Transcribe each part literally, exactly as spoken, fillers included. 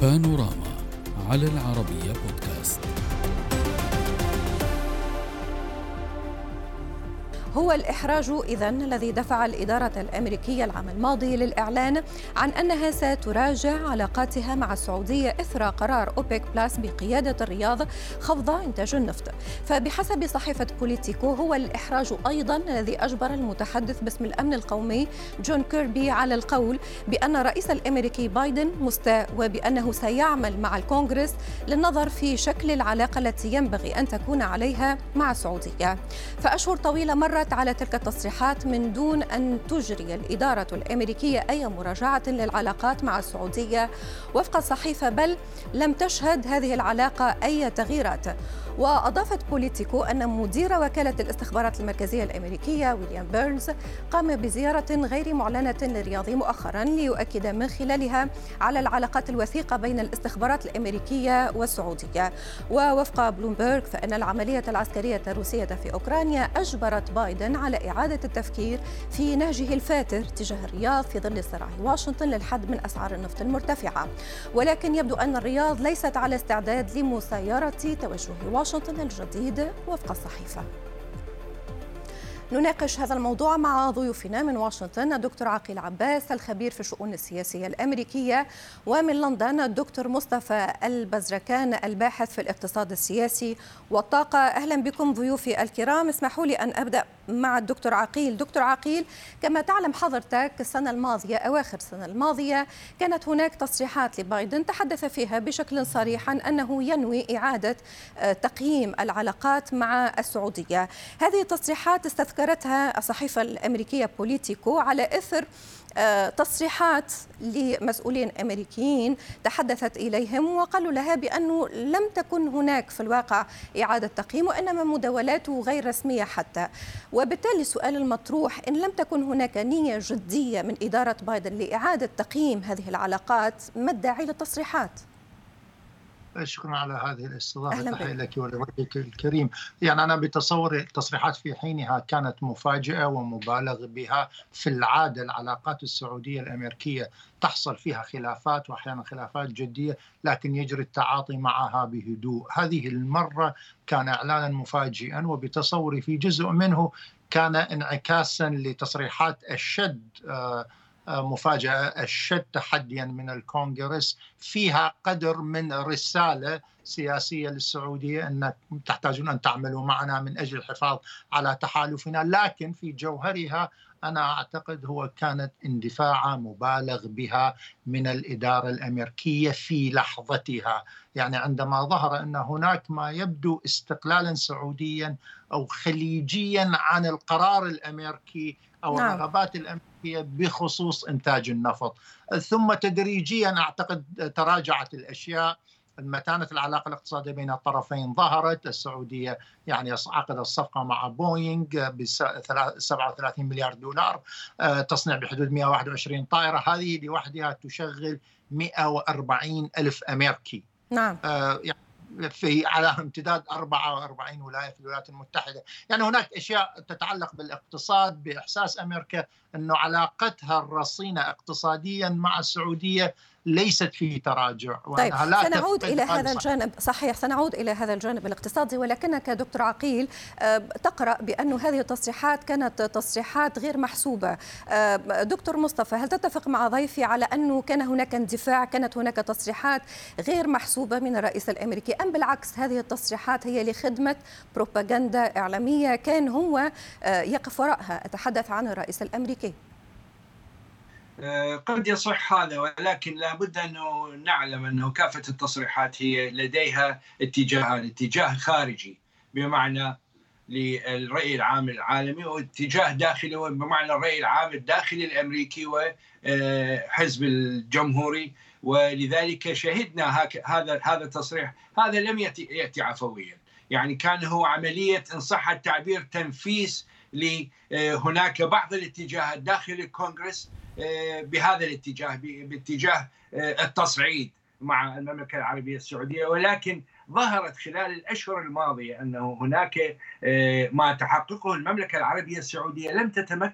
بانوراما على العربية بودكاست. هو الإحراج إذن الذي دفع الإدارة الأمريكية العام الماضي للإعلان عن أنها ستراجع علاقاتها مع السعودية إثر قرار أوبك بلاس بقيادة الرياض خفض إنتاج النفط. فبحسب صحيفة بوليتيكو هو الإحراج أيضا الذي أجبر المتحدث باسم الأمن القومي جون كيربي على القول بأن الرئيس الأمريكي بايدن مستاء وبأنه سيعمل مع الكونغرس للنظر في شكل العلاقة التي ينبغي أن تكون عليها مع السعودية. فأشهر طويلة مرت على تلك التصريحات من دون أن تجري الإدارة الأمريكية أي مراجعة للعلاقات مع السعودية وفق الصحيفة، بل لم تشهد هذه العلاقة أي تغييرات. وأضافت بوليتيكو أن مدير وكالة الاستخبارات المركزية الأمريكية ويليام بيرنز قام بزيارة غير معلنة للرياض مؤخرا ليؤكد من خلالها على العلاقات الوثيقة بين الاستخبارات الأمريكية والسعودية. ووفق بلومبرغ فإن العملية العسكرية الروسية في أوكرانيا أجبرت بايدن على إعادة التفكير في نهجه الفاتر تجاه الرياض في ظل صراع واشنطن للحد من أسعار النفط المرتفعة. ولكن يبدو أن الرياض ليست على استعداد لمسايرة توجه واشنطن الجديد وفق الصحيفة. نناقش هذا الموضوع مع ضيوفنا من واشنطن الدكتور عقيل عباس الخبير في الشؤون السياسية الأمريكية، ومن لندن الدكتور مصطفى البزركان الباحث في الاقتصاد السياسي والطاقة. أهلا بكم ضيوفي الكرام. اسمحوا لي أن أبدأ مع الدكتور عقيل. دكتور عقيل، كما تعلم حضرتك السنة الماضية أواخر السنة الماضية كانت هناك تصريحات لبايدن تحدث فيها بشكل صريح عن أنه ينوي إعادة تقييم العلاقات مع السعودية. هذه التصريحات استذكرتها الصحيفة الأمريكية بوليتيكو على إثر تصريحات لمسؤولين أمريكيين تحدثت إليهم وقالوا لها بأنه لم تكن هناك في الواقع إعادة تقييم وإنما مداولات غير رسمية حتى. وبالتالي السؤال المطروح، إن لم تكن هناك نية جدية من إدارة بايدن لإعادة تقييم هذه العلاقات، ما الداعي للتصريحات؟ شكرا على هذه الاستضافة، تحية لك ولوجهك الكريم. يعني أنا بتصور التصريحات في حينها كانت مفاجئة ومبالغ بها. في العادة العلاقات السعودية الأمريكية تحصل فيها خلافات وأحيانا خلافات جدية، لكن يجري التعاطي معها بهدوء. هذه المرة كان إعلانا مفاجئا، وبتصوري في جزء منه كان انعكاسا لتصريحات الشد آه مفاجأة الشد تحديا من الكونغرس، فيها قدر من رسالة سياسية للسعودية أن تحتاجون أن تعملوا معنا من أجل الحفاظ على تحالفنا. لكن في جوهرها أنا أعتقد هو كانت اندفاع مبالغ بها من الإدارة الأمريكية في لحظتها. يعني عندما ظهر أن هناك ما يبدو استقلالا سعوديا أو خليجيا عن القرار الأمريكي أو نعم. الرغبات الأمريكية بخصوص إنتاج النفط، ثم تدريجيا أعتقد تراجعت الأشياء. متانة العلاقة الاقتصادية بين الطرفين ظهرت. السعودية يعني عقد الصفقة مع بوينغ ب سبعة وثلاثين مليار دولار، تصنيع بحدود مئة وواحد وعشرين طائرة. هذه لوحدها تشغل مئة وأربعين ألف أمريكي. نعم. يعني في على امتداد أربعة وأربعين ولاية في الولايات المتحدة. يعني هناك أشياء تتعلق بالاقتصاد، بإحساس أمريكا أنه علاقتها الرصينة اقتصاديا مع السعودية ليست في تراجع. طيب لا سنعود إلى هذا الجانب. صحيح، سنعود إلى هذا الجانب الاقتصادي، ولكنك دكتور عقيل تقرأ بأن هذه التصريحات كانت تصريحات غير محسوبة. دكتور مصطفى، هل تتفق مع ضيفي على أنه كان هناك اندفاع، كانت هناك تصريحات غير محسوبة من الرئيس الأمريكي، أم بالعكس هذه التصريحات هي لخدمة بروباغندا إعلامية كان هو يقف وراءها؟ أتحدث عن الرئيس الأمريكي. قد يصح هذا، ولكن لابد أنه نعلم أنه كافة التصريحات هي لديها اتجاهان: اتجاه خارجي بمعنى للرأي العام العالمي، واتجاه داخلي بمعنى الرأي العام الداخلي الأمريكي وحزب الجمهوري. ولذلك شهدنا هذا هذا التصريح. هذا لم يأتي يأتي عفويا، يعني كان هو عملية إن صح التعبير تنفيس لهناك بعض الاتجاهات داخل الكونغرس بهذا الاتجاه، باتجاه التصعيد مع المملكة العربية السعودية. ولكن ظهرت خلال الأشهر الماضية أنه هناك ما تحققه المملكة العربية السعودية لم تتمكن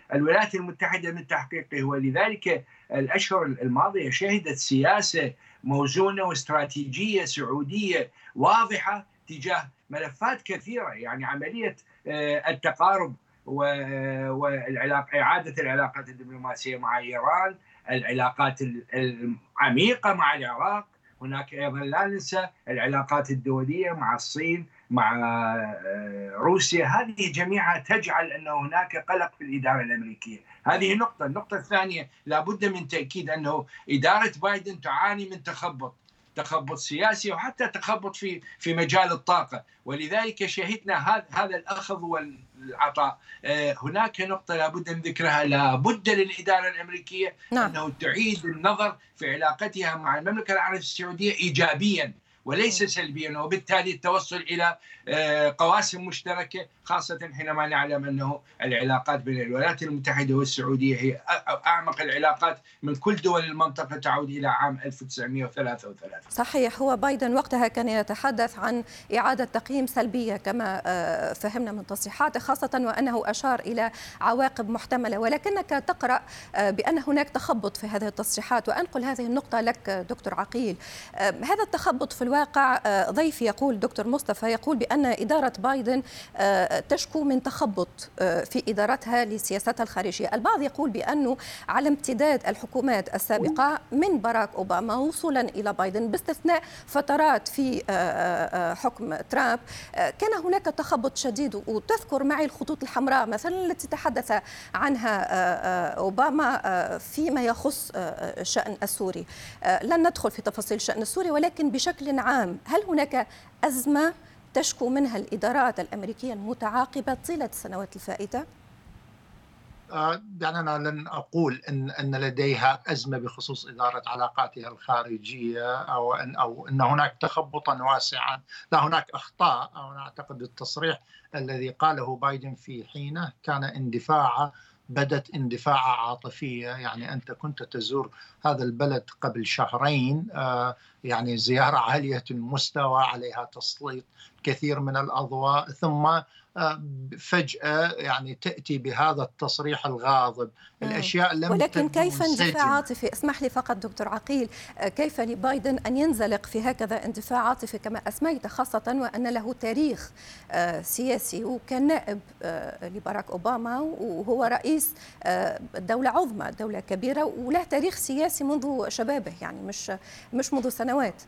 الولايات المتحدة من تحقيقه. ولذلك الأشهر الماضية شهدت سياسة موزونة واستراتيجية سعودية واضحة تجاه ملفات كثيرة، يعني عملية التقارب والعلاقة، إعادة العلاقات الدبلوماسية مع إيران، العلاقات العميقة مع العراق، هناك أيضا لا ننسى العلاقات الدولية مع الصين، مع روسيا. هذه جميعها تجعل أن هناك قلق في الإدارة الأمريكية. هذه نقطة. النقطة الثانية، لابد من تأكيد أنه إدارة بايدن تعاني من تخبط تخبط سياسي وحتى تخبط في في مجال الطاقة، ولذلك شهدنا هذا هذا الأخذ والعطاء. هناك نقطة لابد من ذكرها، لابد للإدارة الأمريكية نعم. أنه تعيد النظر في علاقتها مع المملكة العربية السعودية إيجابيا وليس سلبيا، وبالتالي التوصل إلى قواسم مشتركة، خاصة حينما نعلم أنه العلاقات بين الولايات المتحدة والسعودية هي أعمق العلاقات من كل دول المنطقة، تعود إلى عام ألف وتسعمئة وثلاثة وثلاثين. صحيح، هو بايدن وقتها كان يتحدث عن إعادة تقييم سلبية كما فهمنا من تصريحاته، خاصة وأنه أشار إلى عواقب محتملة، ولكنك تقرأ بأن هناك تخبط في هذه التصريحات. وأنقل هذه النقطة لك دكتور عقيل. هذا التخبط في الواقع، ضيفي يقول دكتور مصطفى يقول بأن إدارة بايدن تشكو من تخبط في إدارتها لسياستها الخارجية. البعض يقول بأنه على امتداد الحكومات السابقة من باراك أوباما وصولا إلى بايدن باستثناء فترات في حكم ترامب كان هناك تخبط شديد. وتذكر معي الخطوط الحمراء مثلا التي تحدث عنها أوباما فيما يخص الشأن السوري. لن ندخل في تفاصيل الشأن السوري، ولكن بشكل عام هل هناك أزمة تشكو منها الإدارات الأمريكية المتعاقبة طيلة السنوات الفائتة؟ يعني أنا لن أقول إن أن لديها أزمة بخصوص إدارة علاقاتها الخارجية أو أن أو أن هناك تخبطا واسعا. لا، هناك أخطاء. أنا أعتقد التصريح الذي قاله بايدن في حينه كان اندفاع بدت اندفاع عاطفية. يعني أنت كنت تزور هذا البلد قبل شهرين، يعني زيارة عالية المستوى عليها تسليط كثير من الأضواء، ثم فجأة يعني تأتي بهذا التصريح الغاضب. الأشياء لم ولكن كيف اندفاع عاطفي؟ اسمح لي فقط دكتور عقيل، كيف لبايدن أن ينزلق في هكذا اندفاع عاطفي كما أسميت، خاصة وأن له تاريخ سياسي وكان نائب لباراك أوباما وهو رئيس دولة عظمى، دولة كبيرة، وله تاريخ سياسي منذ شبابه، يعني مش مش منذ سنوات.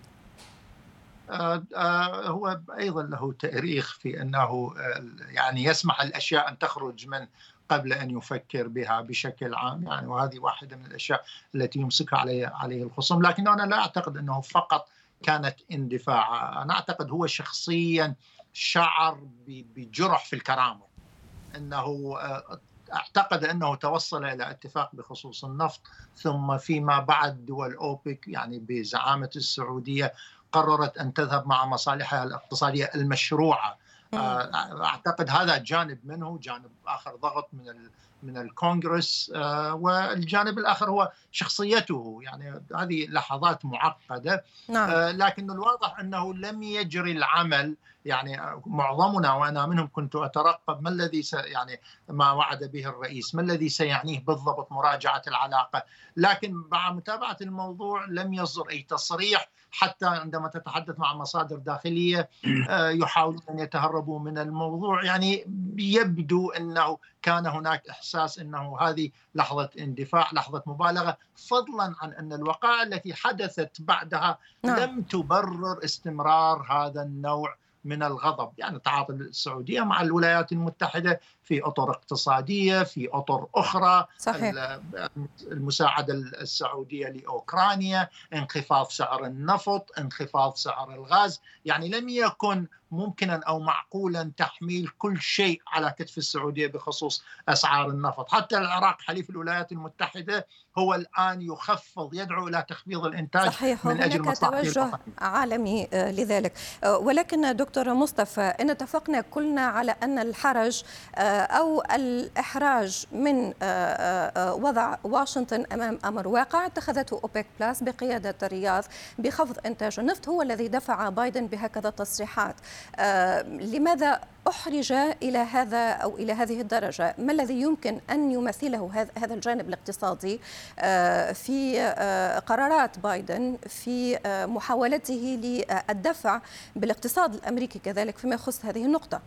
هو أيضا له تاريخ في أنه يعني يسمح الأشياء أن تخرج من قبل أن يفكر بها بشكل عام، يعني وهذه واحدة من الأشياء التي يمسكها عليه عليه الخصوم. لكن أنا لا أعتقد أنه فقط كانت اندفاع. أنا أعتقد هو شخصيا شعر بجرح في الكرامة، أنه اعتقد أنه توصل إلى اتفاق بخصوص النفط، ثم فيما بعد دول أوبك يعني بزعامة السعودية قررت أن تذهب مع مصالحها الاقتصادية المشروعة. أعتقد هذا جانب منه. جانب آخر ضغط من من الكونغرس، والجانب الآخر هو شخصيته. يعني هذه لحظات معقدة. نعم. لكن الواضح أنه لم يجري العمل. يعني معظمنا وأنا منهم كنت أترقب ما الذي س يعني ما وعد به الرئيس، ما الذي سيعنيه بالضبط مراجعة العلاقة. لكن مع متابعة الموضوع لم يصدر أي تصريح، حتى عندما تتحدث مع مصادر داخلية يحاولون أن يتهربوا من الموضوع. يعني يبدو أنه كان هناك إحساس أنه هذه لحظة اندفاع، لحظة مبالغة، فضلا عن أن الوقائع التي حدثت بعدها لم تبرر استمرار هذا النوع من الغضب. يعني تعاطي السعودية مع الولايات المتحدة في أطر اقتصادية، في أطر أخرى. صحيح. المساعدة السعودية لأوكرانيا، انخفاض سعر النفط، انخفاض سعر الغاز. يعني لم يكن ممكنا أو معقولا تحميل كل شيء على كتف السعودية بخصوص أسعار النفط. حتى العراق حليف الولايات المتحدة هو الآن يخفض، يدعو إلى تخفيض الإنتاج. صحيح. من أجل مصلحة توجه عالمي لذلك. ولكن دكتور مصطفى، إن اتفقنا كلنا على أن الحرج أو الإحراج من وضع واشنطن أمام أمر واقع اتخذته أوبك بلاس بقيادة الرياض بخفض إنتاج النفط هو الذي دفع بايدن بهكذا تصريحات. لماذا أحرج إلى هذا أو إلى هذه الدرجة؟ ما الذي يمكن أن يمثله هذا الجانب الاقتصادي في قرارات بايدن في محاولته للدفع بالاقتصاد الأمريكي كذلك فيما يخص هذه النقطة؟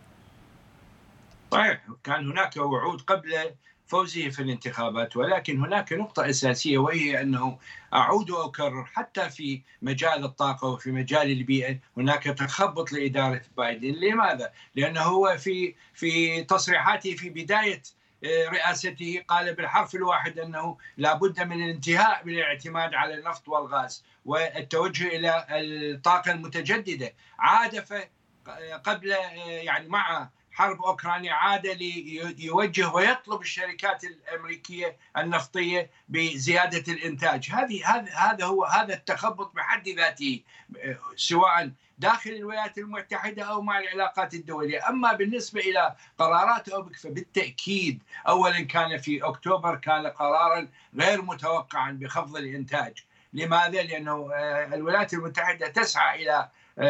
صحيح، كان هناك وعود قبل فوزه في الانتخابات، ولكن هناك نقطة أساسية وهي أنه أعود وأكرر حتى في مجال الطاقة وفي مجال البيئة هناك تخبط لإدارة بايدن. لماذا؟ لأنه هو في في تصريحاته في بداية رئاسته قال بالحرف الواحد أنه لا بد من الانتهاء من الاعتماد على النفط والغاز والتوجه إلى الطاقة المتجددة. عاد قبل يعني مع حرب أوكرانيا عاد ليوجه ويطلب الشركات الأمريكية النفطية بزيادة الإنتاج. هذه هذا هذا هو هذا التخبط بحد ذاته، سواء داخل الولايات المتحدة أو مع العلاقات الدولية. أما بالنسبة إلى قرارات أوبك فبالتأكيد أولا كان في أكتوبر كان قرارا غير متوقعا بخفض الإنتاج. لماذا؟ لأنه الولايات المتحدة تسعى إلى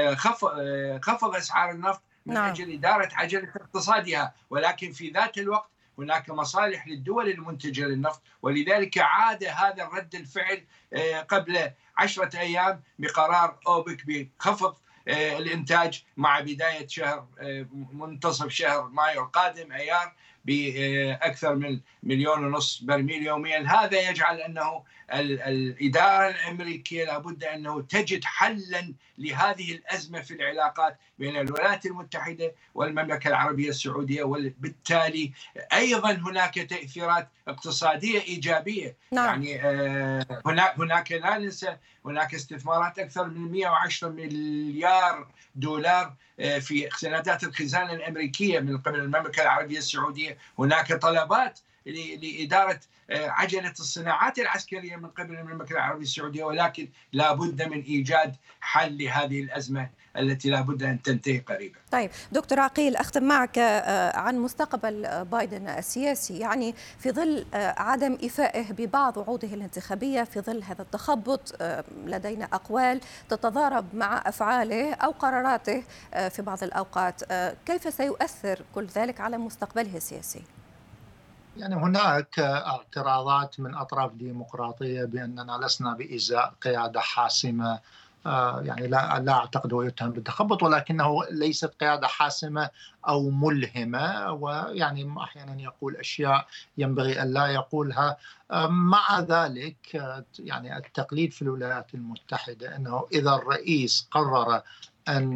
خفض أسعار النفط من نعم. أجل إدارة عجلة اقتصادها، ولكن في ذات الوقت هناك مصالح للدول المنتجة للنفط، ولذلك عاد هذا الرد الفعل قبل عشرة أيام بقرار أوبك بخفض الإنتاج مع بداية شهر منتصف شهر مايو القادم أيار بأكثر من مليون ونصف برميل يوميا. هذا يجعل أنه الإدارة الأمريكية لابد أنه تجد حلا لهذه الأزمة في العلاقات بين الولايات المتحدة والمملكة العربية السعودية، وبالتالي أيضا هناك تأثيرات اقتصادية إيجابية. نعم. يعني هناك هناك لا ننسى هناك استثمارات أكثر من مئة وعشرة مليار دولار في سندات الخزانة الأمريكية من قبل المملكة العربية السعودية. هناك طلبات لإدارة عجلة الصناعات العسكرية من قبل المملكة العربية السعودية، ولكن لا بد من إيجاد حل لهذه الأزمة التي لا بد أن تنتهي قريبا. طيب دكتور عقيل، أختم معك عن مستقبل بايدن السياسي، يعني في ظل عدم إيفائه ببعض وعوده الانتخابية، في ظل هذا التخبط لدينا أقوال تتضارب مع أفعاله أو قراراته في بعض الأوقات، كيف سيؤثر كل ذلك على مستقبله السياسي؟ يعني هناك اعتراضات من أطراف ديمقراطية بأننا لسنا بإزاء قيادة حاسمة، يعني لا لا أعتقد هو يتهم بالتخبط، ولكنه ليست قيادة حاسمة أو ملهمة، ويعني أحيانا يقول أشياء ينبغي أن لا يقولها. مع ذلك يعني التقليد في الولايات المتحدة أنه إذا الرئيس قرر أن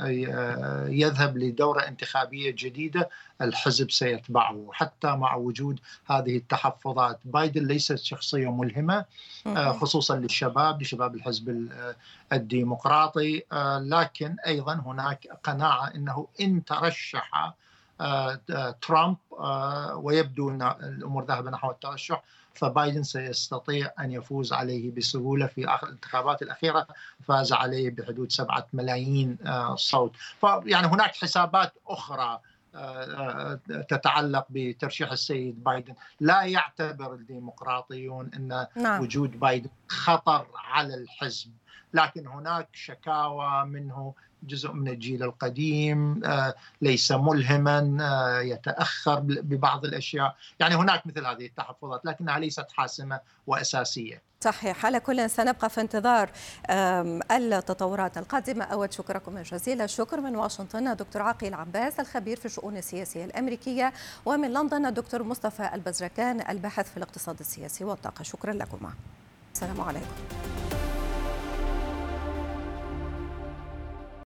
يذهب لدورة انتخابية جديدة الحزب سيتبعه حتى مع وجود هذه التحفظات. بايدن ليست شخصية ملهمة خصوصا للشباب لشباب الحزب الديمقراطي، لكن أيضا هناك قناعة أنه إن ترشح ترامب ويبدو أن الأمور ذهب نحو الترشح فبايدن سيستطيع أن يفوز عليه بسهولة. في آخر الانتخابات الأخيرة فاز عليه بحدود سبعة ملايين صوت. فيعني هناك حسابات أخرى تتعلق بترشيح السيد بايدن. لا يعتبر الديمقراطيون أن نعم. وجود بايدن خطر على الحزب، لكن هناك شكاوى منه جزء من الجيل القديم، ليس ملهما، يتأخر ببعض الأشياء. يعني هناك مثل هذه التحفظات لكنها ليست حاسمة وأساسية. صحيح. على كل سنبقى في انتظار التطورات القادمة. أود شكركم جزيلا الشكر من واشنطن دكتور عقيل عباس الخبير في الشؤون السياسية الأمريكية، ومن لندن الدكتور مصطفى البزركان الباحث في الاقتصاد السياسي والطاقة. شكرا لكم. السلام عليكم.